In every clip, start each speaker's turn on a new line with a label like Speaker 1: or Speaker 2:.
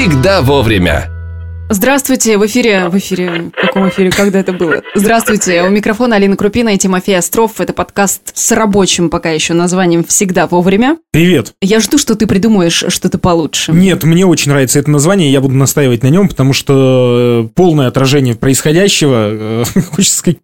Speaker 1: всегда вовремя.
Speaker 2: Здравствуйте, в эфире, в каком эфире, когда это было? Здравствуйте, у микрофона Алина Крупина и Тимофей Остров. Это подкаст с рабочим пока еще названием «Всегда вовремя».
Speaker 3: Привет.
Speaker 2: Я жду, что ты придумаешь что-то получше.
Speaker 3: Нет, мне очень нравится это название, я буду настаивать на нем, потому что полное отражение происходящего, хочется сказать,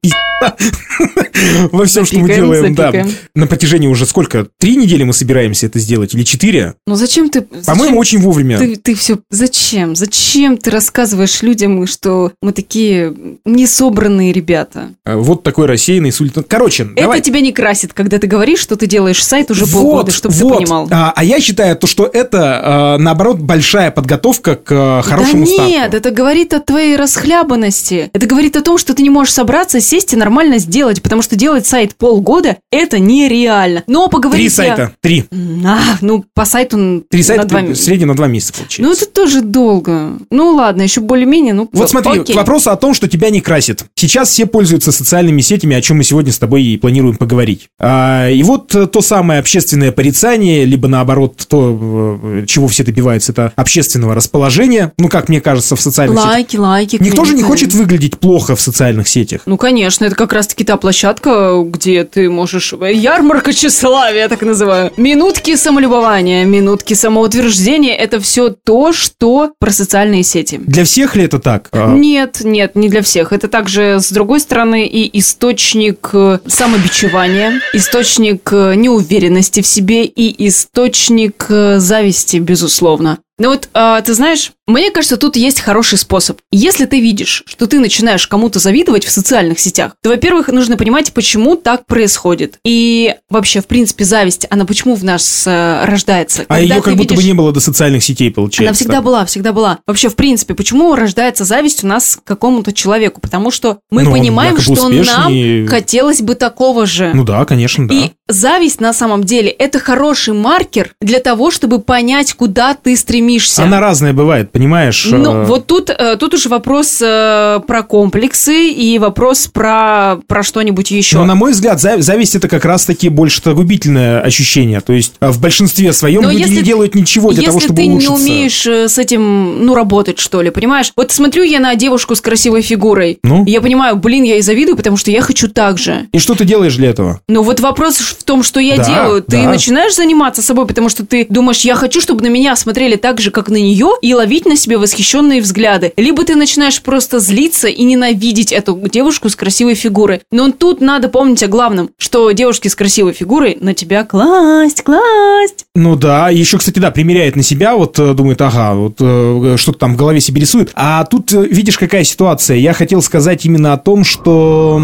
Speaker 3: во всем, что мы делаем. Да. На протяжении уже сколько? 3 недели мы собираемся это сделать или 4?
Speaker 2: Ну зачем ты...
Speaker 3: По-моему, очень вовремя.
Speaker 2: Ты все... Зачем? Зачем ты рассказываешь людям, что мы такие несобранные ребята?
Speaker 3: Вот такой рассеянный сулитан. Короче,
Speaker 2: это тебя не красит, когда ты говоришь, что ты делаешь сайт уже полгода, чтобы ты понимал.
Speaker 3: А я считаю, что это, наоборот, большая подготовка к хорошему старту.
Speaker 2: Нет, это говорит о твоей расхлябанности. Это говорит о том, что ты не можешь собраться, сесть и нормально сделать, потому что делать сайт полгода – это нереально. Но поговорить
Speaker 3: 3 сайта. 3.
Speaker 2: Ну, по сайту
Speaker 3: 3 сайта,
Speaker 2: на 2 месяца.
Speaker 3: В среднем на 2 месяца получается.
Speaker 2: Ну, это тоже долго. Ну, ладно, еще более-менее,
Speaker 3: Вот смотри,
Speaker 2: окей.
Speaker 3: к вопросу о том, что тебя не красит. Сейчас все пользуются социальными сетями, о чем мы сегодня с тобой и планируем поговорить. И вот то самое общественное порицание, либо наоборот, то, чего все добиваются, это общественного расположения. Ну, как мне кажется, в социальных сетях.
Speaker 2: Лайки.
Speaker 3: Никто же не хочет выглядеть плохо в социальных сетях.
Speaker 2: Ну, конечно, это как раз-таки та площадка, где ты можешь... Ярмарка тщеславия, я так называю. Минутки самолюбования, минутки самоутверждения – это все то, что про социальные сети.
Speaker 3: Для всех ли это так?
Speaker 2: Нет, не для всех. Это также, с другой стороны, и источник самобичевания, источник неуверенности в себе и источник зависти, безусловно. Ну вот, ты знаешь, мне кажется, тут есть хороший способ. Если ты видишь, что ты начинаешь кому-то завидовать в социальных сетях, то, во-первых, нужно понимать, почему так происходит. И вообще, в принципе, зависть, она почему в нас рождается?
Speaker 3: А ее как будто бы не было до социальных сетей, получается.
Speaker 2: Она всегда была. Вообще, в принципе, почему рождается зависть у нас к какому-то человеку? Потому что мы понимаем, что
Speaker 3: успешный...
Speaker 2: нам хотелось бы такого же.
Speaker 3: Ну да, конечно, да.
Speaker 2: И зависть, на самом деле, это хороший маркер для того, чтобы понять, куда ты стремишься.
Speaker 3: Она разная бывает, понимаешь?
Speaker 2: Ну, вот тут уже вопрос про комплексы и вопрос про что-нибудь еще.
Speaker 3: Но, на мой взгляд, зависть – это как раз-таки больше губительное ощущение. То есть, в большинстве своем люди не делают ничего для того, чтобы улучшиться.
Speaker 2: Если ты не умеешь с этим, работать, что ли, понимаешь? Вот смотрю я на девушку с красивой фигурой, и я понимаю, я ей завидую, потому что я хочу так же.
Speaker 3: И что ты делаешь для этого?
Speaker 2: Ну, вот вопрос в том, что я делаю. Ты начинаешь заниматься собой, потому что ты думаешь, я хочу, чтобы на меня смотрели так же, как на нее, и ловить на себе восхищенные взгляды. Либо ты начинаешь просто злиться и ненавидеть эту девушку с красивой фигурой. Но тут надо помнить о главном, что девушки с красивой фигурой на тебя класть.
Speaker 3: Ну да, еще, кстати, примеряет на себя, думает, что-то там в голове себе рисует. А тут, видишь, какая ситуация. Я хотел сказать именно о том, что...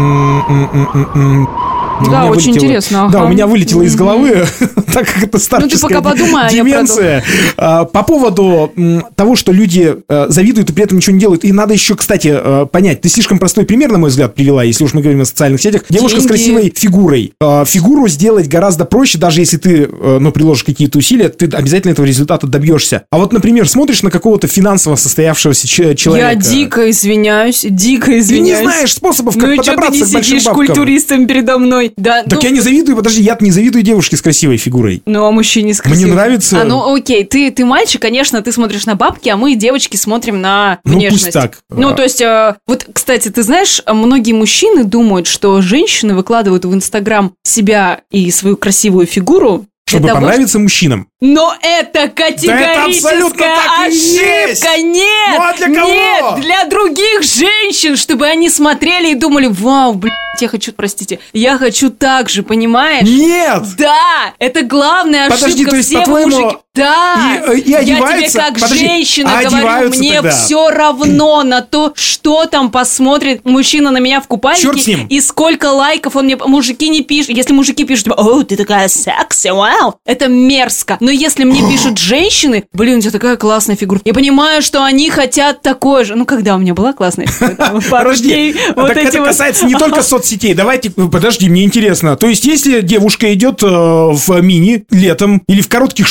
Speaker 2: Да, очень интересно.
Speaker 3: Да, у меня вылетело из головы, так как это старческая деменция. По поводу того, что люди завидуют и при этом ничего не делают. И надо еще, кстати, понять. Ты слишком простой пример, на мой взгляд, привела, если уж мы говорим о социальных сетях. Девушка с красивой фигурой. Фигуру сделать гораздо проще, даже если ты приложишь какие-то усилия, ты обязательно этого результата добьешься. А вот, например, смотришь на какого-то финансово состоявшегося человека.
Speaker 2: Я дико извиняюсь.
Speaker 3: Ты не знаешь способов, как подобраться к большим бабкам.
Speaker 2: Ну и что ты не сидишь культуристом передо мной? Да,
Speaker 3: так я не завидую, подожди, я-то не завидую девушке с красивой фигурой.
Speaker 2: Ну, а мужчине с красивой.
Speaker 3: Мне нравится...
Speaker 2: Окей, ты мальчик, конечно, ты смотришь на бабки, а мы, девочки, смотрим на внешность.
Speaker 3: Пусть так.
Speaker 2: Ну, то есть, вот, кстати, ты знаешь, многие мужчины думают, что женщины выкладывают в Инстаграм себя и свою красивую фигуру,
Speaker 3: чтобы понравиться мужчинам.
Speaker 2: Но это категорическая ошибка. Нет,
Speaker 3: ну, а для кого?
Speaker 2: Нет, для других женщин, чтобы они смотрели и думали, вау, я хочу так же, понимаешь?
Speaker 3: Нет!
Speaker 2: Да, это главная ошибка.
Speaker 3: Подожди, то есть,
Speaker 2: все мужики... Да,
Speaker 3: и одеваются...
Speaker 2: Я тебе как женщина говорю, мне тогда все равно на то, что там посмотрит мужчина на меня в купальнике и сколько лайков он мне... Мужики не пишут. Если мужики пишут, о, ты такая секси, вау, это мерзко. Но если мне пишут женщины, у тебя такая классная фигура. Я понимаю, что они хотят такое же. Ну, когда у меня была классная фигура?
Speaker 3: Подожди, это касается не только соцсетей. Давайте, подожди, мне интересно. То есть, если девушка идет в мини летом или в коротких шортах,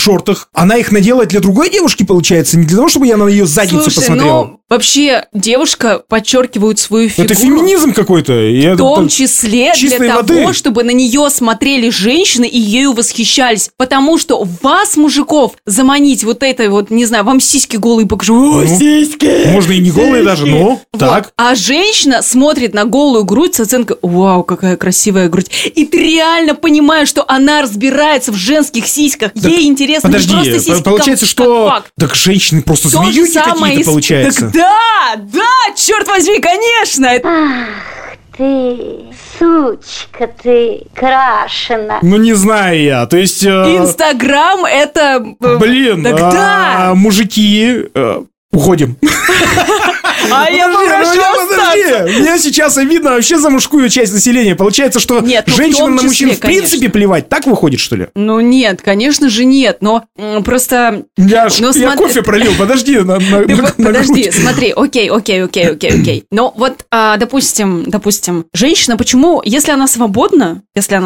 Speaker 3: Она их надела для другой девушки, получается? Не для того, чтобы я на ее задницу посмотрел?
Speaker 2: Ну, вообще, девушка подчеркивает свою фигуру.
Speaker 3: Это феминизм какой-то.
Speaker 2: В том числе для того, чтобы на нее смотрели женщины и ею восхищались. Потому что вас, мужиков, заманить вот этой вот, не знаю, вам сиськи голые покажу. О, сиськи!
Speaker 3: Можно и не голые даже, но так.
Speaker 2: Вот. А женщина смотрит на голую грудь с оценкой: вау, какая красивая грудь. И ты реально понимаешь, что она разбирается в женских сиськах. Так, ей интересно не просто сиськи.
Speaker 3: Получается, что... Так женщины просто змеюки какие-то, получается.
Speaker 2: Так да, черт возьми, конечно.
Speaker 1: Ах ты, сучка ты, крашена.
Speaker 3: Ну, не знаю я, то есть...
Speaker 2: Инстаграм это...
Speaker 3: Блин, мужики... Уходим.
Speaker 2: А я попрошу остаться.
Speaker 3: Мне сейчас обидно вообще за мужскую часть населения. Получается, что женщинам на мужчин в принципе плевать. Так выходит, что ли?
Speaker 2: Ну нет, конечно же нет. Но просто...
Speaker 3: Я кофе пролил, подожди.
Speaker 2: Подожди, смотри, окей. Но вот, допустим, женщина, почему, если она свободна,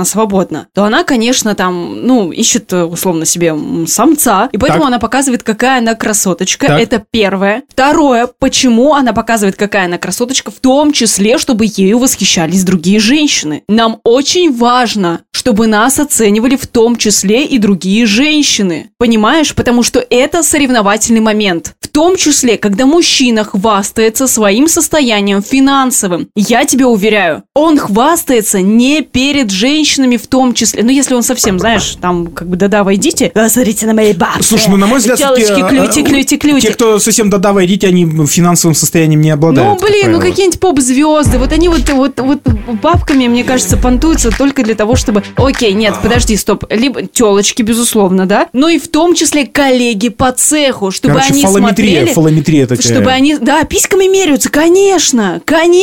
Speaker 2: то она, конечно, там, ищет условно себе самца, и поэтому она показывает, какая она красоточка. Это первое. Второе, почему она показывает, какая она красоточка, в том числе, чтобы ею восхищались другие женщины. Нам очень важно, чтобы нас оценивали в том числе и другие женщины. Понимаешь? Потому что это соревновательный момент. В том числе, когда мужчина хвастается своим состоянием финансовым. Я тебе уверяю, он хвастается не перед женщинами в том числе. Ну, если он совсем, знаешь, там, да, войдите. Смотрите на мои бабки.
Speaker 3: Слушай, на мой взгляд,
Speaker 2: клюйте.
Speaker 3: Те, кто совсем да, идите, они финансовым состоянием не обладают.
Speaker 2: Какие-нибудь поп-звезды, вот они вот бабками, мне кажется, понтуются только для того, чтобы... Окей, нет, подожди, стоп. Либо телочки, безусловно, да, но и в том числе коллеги по цеху, чтобы они смотрели...
Speaker 3: Фалометрия такая.
Speaker 2: Чтобы они, письками меряются, конечно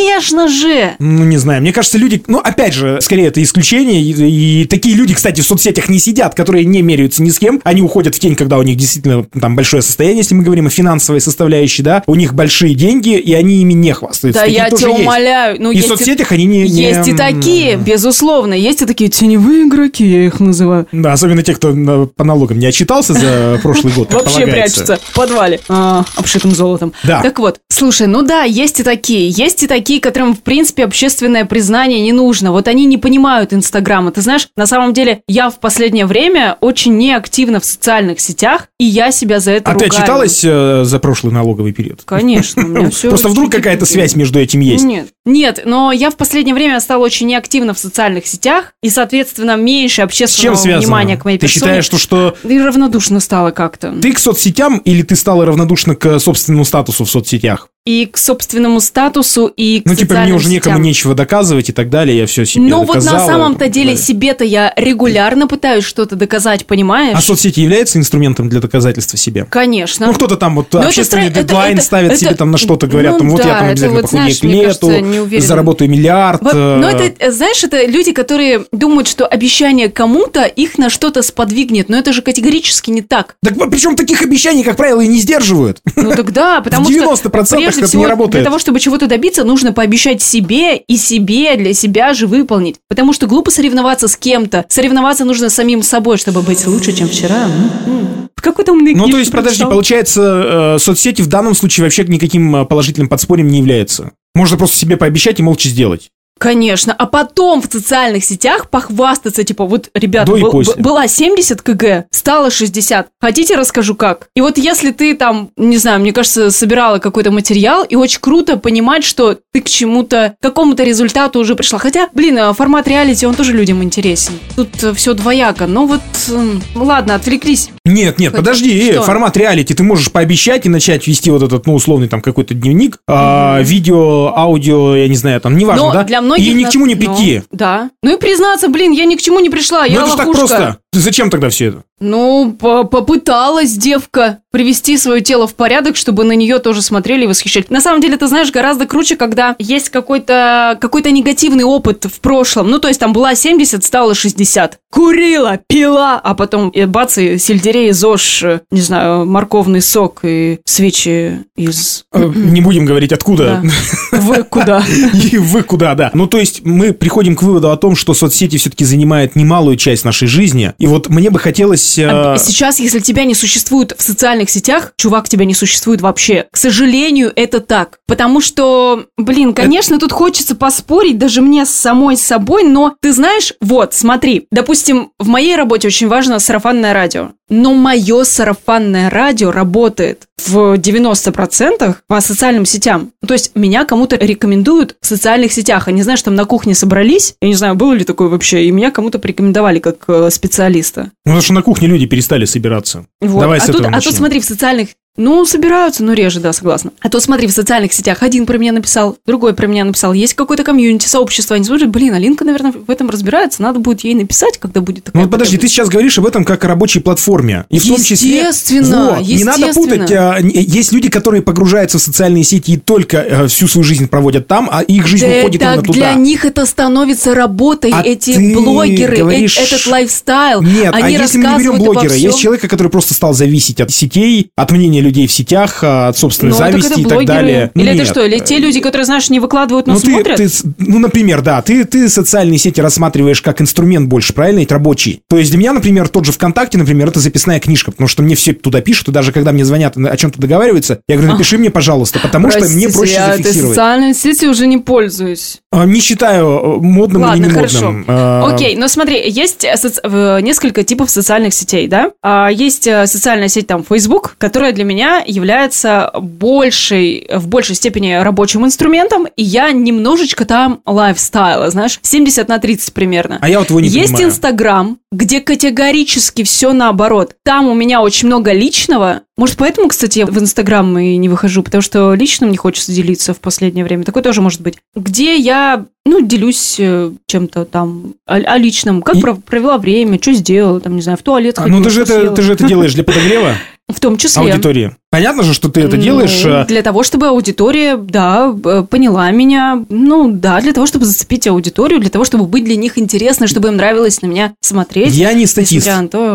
Speaker 2: же.
Speaker 3: Ну, не знаю, мне кажется, люди... Ну, опять же, скорее, это исключение, и такие люди, кстати, в соцсетях не сидят, которые не меряются ни с кем, они уходят в тень, когда у них действительно там большое состояние, если мы говорим о финансовой составляющей, да, у них большие деньги, и они ими не хвастаются.
Speaker 2: Да, я тебя умоляю.
Speaker 3: И в соцсетях они не...
Speaker 2: Есть и такие, безусловно, есть и такие теневые игроки, я их называю.
Speaker 3: Да, особенно те, кто по налогам не отчитался за прошлый год.
Speaker 2: Вообще прячутся в подвале, обшитым золотом.
Speaker 3: Да.
Speaker 2: Так вот, слушай, есть и такие, которым, в принципе, общественное признание не нужно. Вот они не понимают Инстаграма. Ты знаешь, на самом деле, я в последнее время очень неактивна в социальных сетях, и я себя за это ругаю.
Speaker 3: А ты отчиталась за прошлый налоговый период?
Speaker 2: Конечно, у меня все...
Speaker 3: Просто вдруг какая-то связь между этим есть?
Speaker 2: Нет, но я в последнее время стала очень неактивна в социальных сетях, и, соответственно, меньше общественного внимания к моей персоне.
Speaker 3: Ты считаешь, что...
Speaker 2: И равнодушно стала как-то.
Speaker 3: Ты к соцсетям или ты стала равнодушна к собственному статусу в соцсетях?
Speaker 2: И к собственному статусу, и к
Speaker 3: социальным сетям. Мне уже некому нечего доказывать и так далее, я все себе доказала.
Speaker 2: Вот на самом-то деле себе-то я регулярно пытаюсь что-то доказать, понимаешь?
Speaker 3: А соцсети являются инструментом для доказательства себе?
Speaker 2: Конечно.
Speaker 3: Ну, кто-то там общественный дедлайн ставит себе там на что-то, говорят, я там обязательно похудею к лету, заработаю миллиард.
Speaker 2: Но это, знаешь, это люди, которые думают, что обещание кому-то их на что-то сподвигнет, но это же категорически не так.
Speaker 3: Так причем таких обещаний, как правило, и не сдерживают.
Speaker 2: Ну так да, потому что...
Speaker 3: 90% это не работает.
Speaker 2: Для того, чтобы чего-то добиться, нужно пообещать себе и себе, для себя же выполнить. Потому что глупо соревноваться с кем-то. Соревноваться нужно с самим собой, чтобы быть лучше, чем вчера. Какой-то умный
Speaker 3: то есть, подожди, получается, соцсети в данном случае вообще никаким положительным подспорьем не являются. Можно просто себе пообещать и молча сделать.
Speaker 2: Конечно, а потом в социальных сетях похвастаться, типа, вот, ребята, была 70 кг, стало 60. Хотите, расскажу как? И вот если ты там, не знаю, мне кажется, собирала какой-то материал, и очень круто понимать, что ты к чему-то, к какому-то результату уже пришла. Хотя, формат реалити, он тоже людям интересен. Тут все двояко, но вот, ладно, отвлеклись.
Speaker 3: Нет, подожди, формат реалити ты можешь пообещать и начать вести вот этот, условный там какой-то дневник, видео, аудио, я не знаю, там, неважно,
Speaker 2: но
Speaker 3: да?
Speaker 2: Для многих
Speaker 3: и ни к чему не прийти.
Speaker 2: Да. Ну и признаться, я ни к чему не пришла, я лохушка.
Speaker 3: Это же так просто. Зачем тогда все это?
Speaker 2: Попыталась девка привести свое тело в порядок, чтобы на нее тоже смотрели и восхищались. На самом деле, ты знаешь, гораздо круче, когда есть какой-то негативный опыт в прошлом. Ну, то есть, там была 70, стало 60. Курила, пила, а потом бац, и сельдерей, ЗОЖ, не знаю, морковный сок и свечи из...
Speaker 3: Не будем говорить, откуда.
Speaker 2: Вы куда.
Speaker 3: Вы куда, да. Ну, то есть, мы приходим к выводу о том, что соцсети все-таки занимают немалую часть нашей жизни. И вот мне бы хотелось...
Speaker 2: Сейчас, если тебя не существует в социальных сетях, чувак, тебя не существует вообще. К сожалению, это так. Потому что, конечно, тут хочется поспорить даже мне с самой собой, но ты знаешь, вот, смотри, допустим, в моей работе очень важно сарафанное радио. Но мое сарафанное радио работает в 90% по социальным сетям. То есть меня кому-то рекомендуют в социальных сетях. Они, знаешь, там на кухне собрались. Я не знаю, было ли такое вообще. И меня кому-то порекомендовали как специалиста.
Speaker 3: Потому что на кухне люди перестали собираться.
Speaker 2: Вот.
Speaker 3: Давай с этого начнем.
Speaker 2: А то смотри, в социальных... собираются, но реже, да, согласна. А то смотри, в социальных сетях один про меня написал, другой про меня написал. Есть какое-то комьюнити, сообщество. Они смотрят, Алинка, наверное, в этом разбирается. Надо будет ей написать, когда будет такая...
Speaker 3: подожди, ты сейчас говоришь об этом как о рабочей платформе. И в том числе...
Speaker 2: Естественно.
Speaker 3: Не надо путать. Есть люди, которые погружаются в социальные сети и только всю свою жизнь проводят там, а их жизнь уходит именно туда.
Speaker 2: Для них это становится работой. Эти блогеры, этот лайфстайл.
Speaker 3: Нет, если мы не берем блогера, есть человек, который просто стал зависеть от сетей, от мнения людей в сетях, от собственной зависти и так далее.
Speaker 2: Или это что? Или те люди, которые, знаешь, не выкладывают, но смотрят?
Speaker 3: Например, да. Ты социальные сети рассматриваешь как инструмент больше, правильно? Ведь рабочий. То есть для меня, например, тот же ВКонтакте, например, это записная книжка, потому что мне все туда пишут, и даже когда мне звонят, о чем-то договариваются, я говорю, напиши мне, пожалуйста, потому что мне проще зафиксировать. Я
Speaker 2: социальные сети уже не пользуюсь.
Speaker 3: Не считаю модным или не модным.
Speaker 2: Окей, но смотри, есть несколько типов социальных сетей, да? Есть социальная сеть, там, Facebook, которая для меня является в большей степени рабочим инструментом, и я немножечко там лайфстайла, знаешь, 70/30 примерно.
Speaker 3: А я вот его не понимаю.
Speaker 2: Есть Инстаграм, где категорически все наоборот. Там у меня очень много личного. Может, поэтому, кстати, я в Инстаграм и не выхожу, потому что личным не хочется делиться в последнее время. Такое тоже может быть. Где я, делюсь чем-то там о личном. Как провела время, что сделала, там, не знаю, в туалет ходила.
Speaker 3: Ты же это делаешь для подогрева?
Speaker 2: В том числе.
Speaker 3: Аудитории. Понятно же, что ты это делаешь.
Speaker 2: Для того, чтобы аудитория, поняла меня. Для того, чтобы зацепить аудиторию, для того, чтобы быть для них интересной, чтобы им нравилось на меня смотреть.
Speaker 3: Я не статист.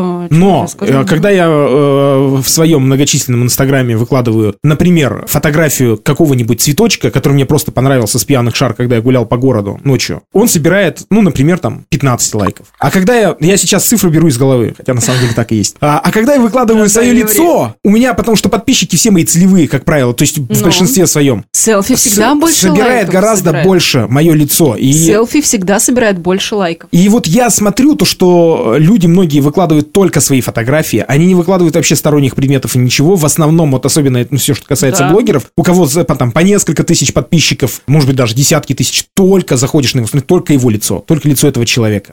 Speaker 3: Но когда я в своем многочисленном Инстаграме выкладываю, например, фотографию какого-нибудь цветочка, который мне просто понравился с пьяных шар, когда я гулял по городу ночью, он собирает, например, там 15 лайков. А когда я сейчас цифру беру из головы, хотя на самом деле так и есть. А когда я выкладываю свое лицо, у меня, потому что подписчики все мои целевые, как правило, то есть в большинстве своем.
Speaker 2: Селфи всегда больше лайков
Speaker 3: собирает гораздо больше мое лицо.
Speaker 2: Селфи всегда собирает больше лайков.
Speaker 3: И вот я смотрю то, что люди многие выкладывают только свои фотографии, они не выкладывают вообще сторонних предметов и ничего. В основном, вот особенно все, что касается блогеров, у кого там по несколько тысяч подписчиков, может быть, даже десятки тысяч, только заходишь на него, смотри, только его лицо, только лицо этого человека.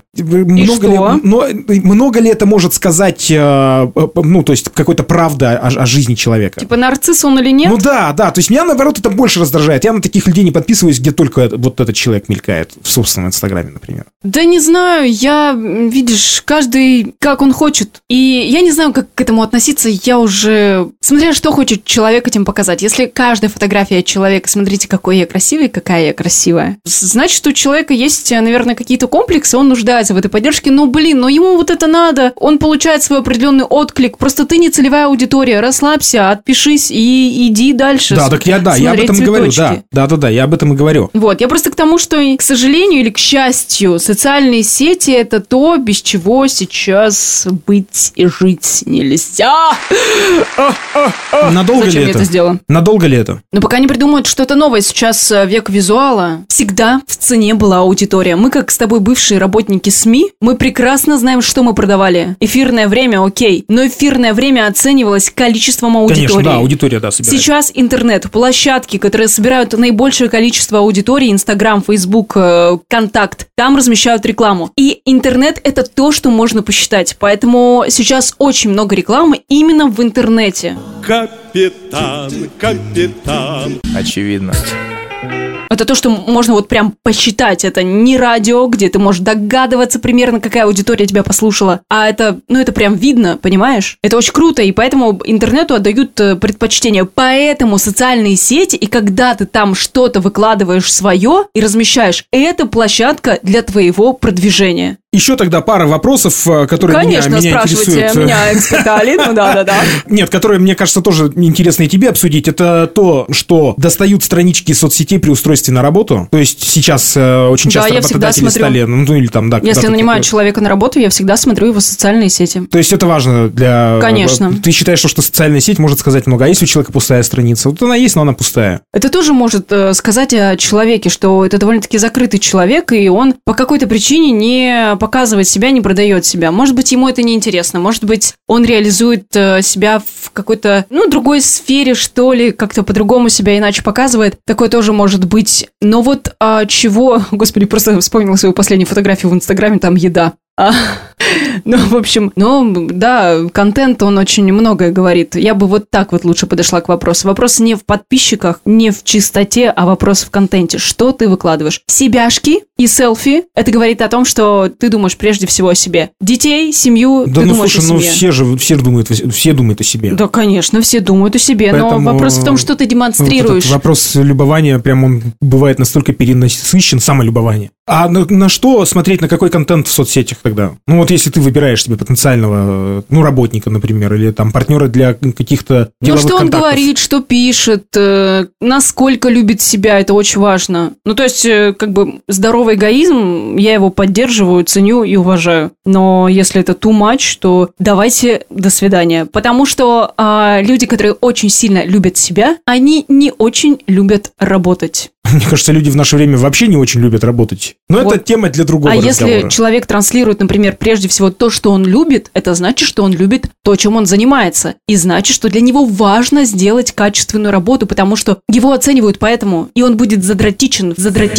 Speaker 3: Много ли это может сказать, то есть какой-то правда о жизни человека?
Speaker 2: Типа нарцисс он или нет?
Speaker 3: Да, то есть меня, наоборот, это больше раздражает. Я на таких людей не подписываюсь, где только вот этот человек мелькает в собственном Инстаграме, например.
Speaker 2: Да не знаю, видишь, каждый как он хочет. И я не знаю, как к этому относиться, я уже... Смотря что хочет человек этим показать. Если каждая фотография человека, смотрите, какой я красивый, какая я красивая, значит, у человека есть, наверное, какие-то комплексы, он нуждается в этой поддержке, но ему вот это надо, он получает свой определенный отклик, просто ты не целевая аудитория, расслабься, отпишись и иди дальше.
Speaker 3: Да, так я об этом и говорю, да, я об этом и говорю.
Speaker 2: Вот, я просто к тому, что, к сожалению или к счастью, социальные сети – это то, без чего сейчас быть и жить нельзя.
Speaker 3: Надолго
Speaker 2: Зачем
Speaker 3: ли
Speaker 2: я
Speaker 3: это?
Speaker 2: это сделала?
Speaker 3: Надолго ли это?
Speaker 2: Пока не придумают что-то новое. Сейчас век визуала. Всегда в цене была аудитория. Мы, как с тобой бывшие работники СМИ, мы прекрасно знаем, что мы продавали. Эфирное время, окей. Но эфирное время оценивалось количеством аудитории.
Speaker 3: Конечно, да, аудитория, собирает.
Speaker 2: Сейчас интернет, площадки, которые собирают наибольшее количество аудитории, Инстаграм, Фейсбук, Контакт, там размещают рекламу. И интернет – это то, что можно посчитать. Поэтому сейчас очень много рекламы именно в интернете.
Speaker 4: Капитан.
Speaker 5: Очевидно.
Speaker 2: Это то, что можно вот прям посчитать. Это не радио, где ты можешь догадываться примерно, какая аудитория тебя послушала. А это, это прям видно, понимаешь? Это очень круто, и поэтому интернету отдают предпочтение. Поэтому социальные сети, и когда ты там что-то выкладываешь свое и размещаешь, это площадка для твоего продвижения.
Speaker 3: Еще тогда пара вопросов, которые меня интересуют.
Speaker 2: Конечно, спрашивайте меня, эксперта Алину, да-да-да.
Speaker 3: Нет, которые, мне кажется, тоже интересно и тебе обсудить. Это то, что достают странички соцсетей при устройстве на работу. То есть сейчас очень часто работодатели стали... Ну, или там, да,
Speaker 2: если нанимают человека на работу, я всегда смотрю его социальные сети.
Speaker 3: То есть это важно для...
Speaker 2: Конечно.
Speaker 3: Ты считаешь, что социальная сеть может сказать много, а если у человека пустая страница? Вот она есть, но она пустая.
Speaker 2: Это тоже может сказать о человеке, что это довольно-таки закрытый человек, и он по какой-то причине не показывает себя, не продает себя. Может быть, ему это неинтересно, может быть, он реализует себя в какой-то, другой сфере, что ли, как-то по-другому себя иначе показывает. Такое тоже может быть. Но вот чего... Господи, просто вспомнила свою последнюю фотографию в Инстаграме, там еда. В общем, да, контент, он очень многое говорит. Я бы вот так вот лучше подошла к вопросу. Вопрос не в подписчиках, не в чистоте, а вопрос в контенте. Что ты выкладываешь? Себяшки и селфи. Это говорит о том, что ты думаешь прежде всего о себе. Детей, семью, ты думаешь о себе.
Speaker 3: Все думают о себе.
Speaker 2: Да, конечно, все думают о себе. Поэтому но вопрос в том, что ты демонстрируешь.
Speaker 3: Вопрос любования, прям он бывает настолько перенасыщен, самолюбование. А на что смотреть, на какой контент в соцсетях тогда? Вот если ты выбираешь себе потенциального, работника, например, или там партнера для каких-то деловых
Speaker 2: что
Speaker 3: контактов.
Speaker 2: Он говорит, что пишет, насколько любит себя, это очень важно. То есть, здоровый эгоизм, я его поддерживаю, ценю и уважаю. Но если это too much, то давайте до свидания. Потому что люди, которые очень сильно любят себя, они не очень любят работать.
Speaker 3: Мне кажется, люди в наше время вообще не очень любят работать. Но это тема для другого разговора.
Speaker 2: Если человек транслирует, например, прежде всего то, что он любит, это значит, что он любит то, чем он занимается. И значит, что для него важно сделать качественную работу, потому что его оценивают поэтому, и он будет задротичен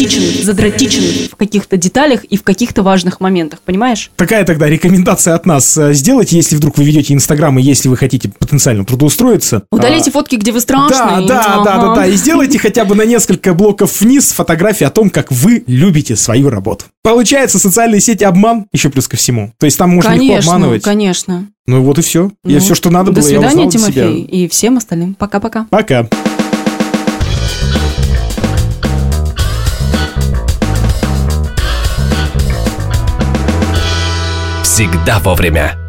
Speaker 2: в каких-то деталях и в каких-то важных моментах, понимаешь?
Speaker 3: Такая тогда рекомендация от нас. Сделайте, если вдруг вы ведете Инстаграм, и если вы хотите потенциально трудоустроиться.
Speaker 2: Удалите фотки, где вы страшные.
Speaker 3: Да. И сделайте хотя бы на несколько блоков вниз фотографии о том, как вы любите свою работу. Получается, социальные сети обман, еще плюс ко всему. То есть там можно легко обманывать.
Speaker 2: Конечно.
Speaker 3: Вот и все. Я все, что надо было, я узнал
Speaker 2: для себя. До свидания, Тимофей, и всем остальным. Пока-пока.
Speaker 3: Пока.
Speaker 5: Всегда вовремя.